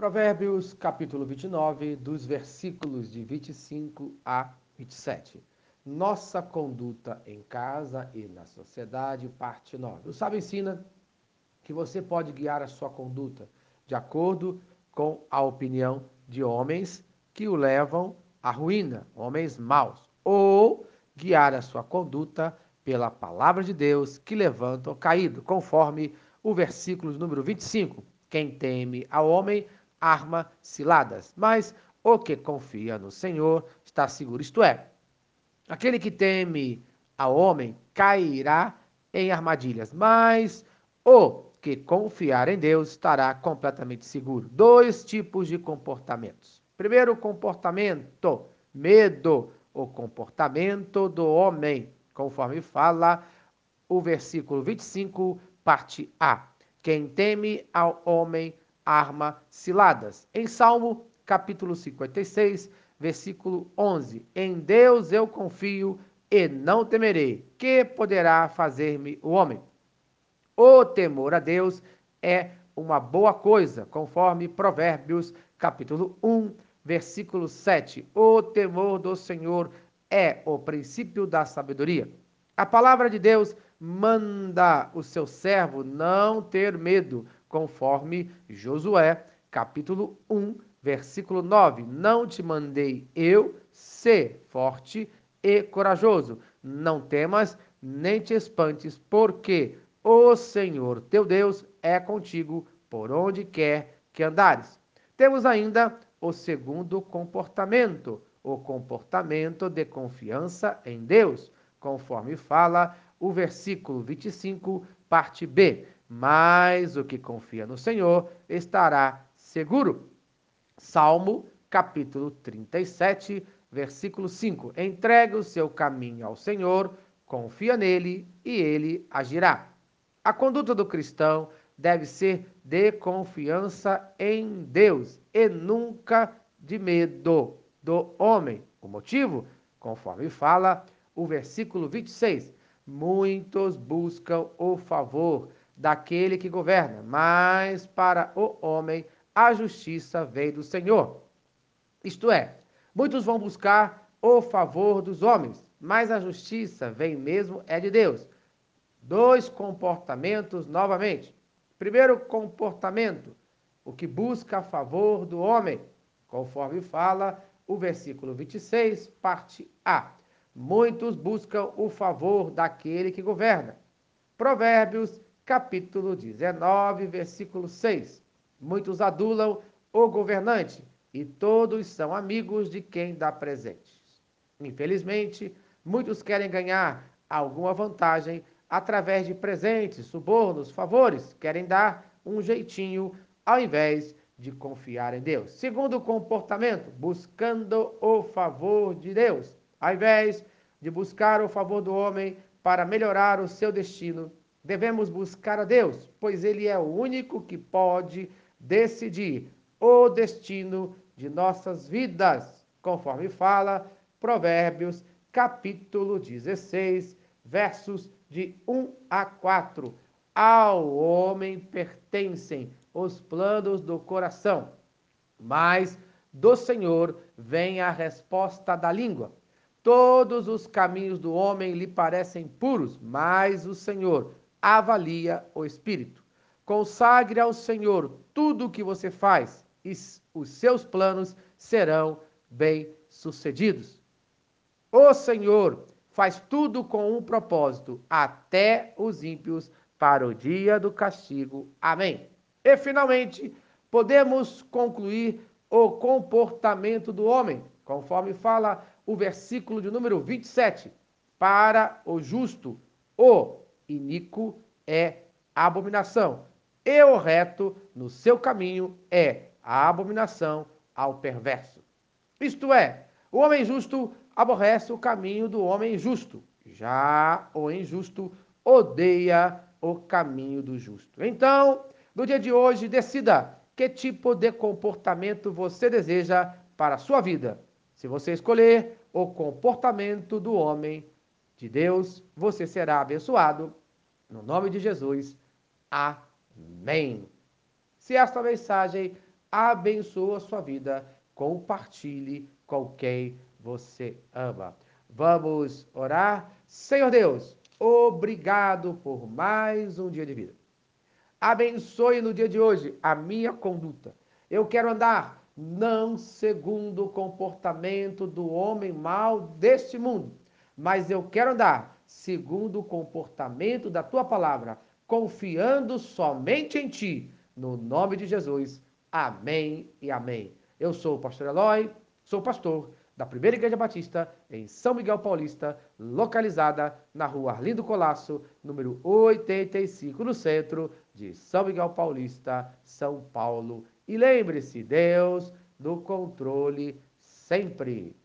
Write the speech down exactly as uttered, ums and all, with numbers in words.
Provérbios, capítulo vinte e nove, dos versículos de vinte e cinco a vinte e sete. Nossa conduta em casa e na sociedade, parte nove. O sábio ensina que você pode guiar a sua conduta de acordo com a opinião de homens que o levam à ruína, homens maus, ou guiar a sua conduta pela palavra de Deus que levanta o caído, conforme o versículo número vinte e cinco. Quem teme ao homem arma ciladas, mas o que confia no Senhor está seguro. Isto é, aquele que teme ao homem cairá em armadilhas, mas o que confiar em Deus estará completamente seguro. Dois tipos de comportamentos. Primeiro comportamento, medo, o comportamento do homem, conforme fala o versículo vinte e cinco, parte A. Quem teme ao homem arma ciladas. Em Salmo, capítulo cinquenta e seis, versículo onze. Em Deus eu confio e não temerei. Que poderá fazer-me o homem? O temor a Deus é uma boa coisa, conforme Provérbios, capítulo um, versículo sete. O temor do Senhor é o princípio da sabedoria. A palavra de Deus manda o seu servo não ter medo, conforme Josué, capítulo um, versículo nove. Não te mandei eu ser forte e corajoso. Não temas, nem te espantes, porque o Senhor teu Deus é contigo por onde quer que andares. Temos ainda o segundo comportamento, o comportamento de confiança em Deus, conforme fala o versículo vinte e cinco, parte B. Mas o que confia no Senhor estará seguro. Salmo, capítulo trinta e sete, versículo cinco. Entregue o seu caminho ao Senhor, confia nele e ele agirá. A conduta do cristão deve ser de confiança em Deus e nunca de medo do homem. O motivo, conforme fala o versículo vinte e seis, muitos buscam o favor daquele que governa, mas para o homem a justiça vem do Senhor. Isto é, muitos vão buscar o favor dos homens, mas a justiça vem mesmo é de Deus. Dois comportamentos novamente. Primeiro comportamento, o que busca a favor do homem, conforme fala o versículo vinte e seis, parte A. Muitos buscam o favor daquele que governa. Provérbios, capítulo dezenove, versículo seis. Muitos adulam o governante e todos são amigos de quem dá presentes. Infelizmente, muitos querem ganhar alguma vantagem através de presentes, subornos, favores, querem dar um jeitinho ao invés de confiar em Deus. Segundo comportamento, buscando o favor de Deus, ao invés de buscar o favor do homem para melhorar o seu destino, devemos buscar a Deus, pois Ele é o único que pode decidir o destino de nossas vidas, conforme fala Provérbios, capítulo dezesseis, versos de um a quatro. Ao homem pertencem os planos do coração, mas do Senhor vem a resposta da língua. Todos os caminhos do homem lhe parecem puros, mas o Senhor avalia o espírito. Consagre ao Senhor tudo o que você faz e os seus planos serão bem-sucedidos. O Senhor faz tudo com um propósito, até os ímpios para o dia do castigo. Amém. E, finalmente, podemos concluir o comportamento do homem, conforme fala o versículo de número vinte e sete. Para o justo, o iníquo é abominação, e o reto no seu caminho é a abominação ao perverso. Isto é, o homem justo aborrece o caminho do homem justo, já o injusto odeia o caminho do justo. Então, no dia de hoje, decida que tipo de comportamento você deseja para a sua vida. Se você escolher o comportamento do homem de Deus, você será abençoado. No nome de Jesus. Amém. Se esta mensagem abençoa a sua vida, compartilhe com quem você ama. Vamos orar? Senhor Deus, obrigado por mais um dia de vida. Abençoe no dia de hoje a minha conduta. Eu quero andar não segundo o comportamento do homem mau deste mundo, mas eu quero andar segundo o comportamento da tua palavra, confiando somente em ti. No nome de Jesus. Amém e amém. Eu sou o pastor Eloy, sou pastor da Primeira Igreja Batista em São Miguel Paulista, localizada na rua Arlindo Colasso, número oitenta e cinco, no centro de São Miguel Paulista, São Paulo. E lembre-se, Deus no controle sempre.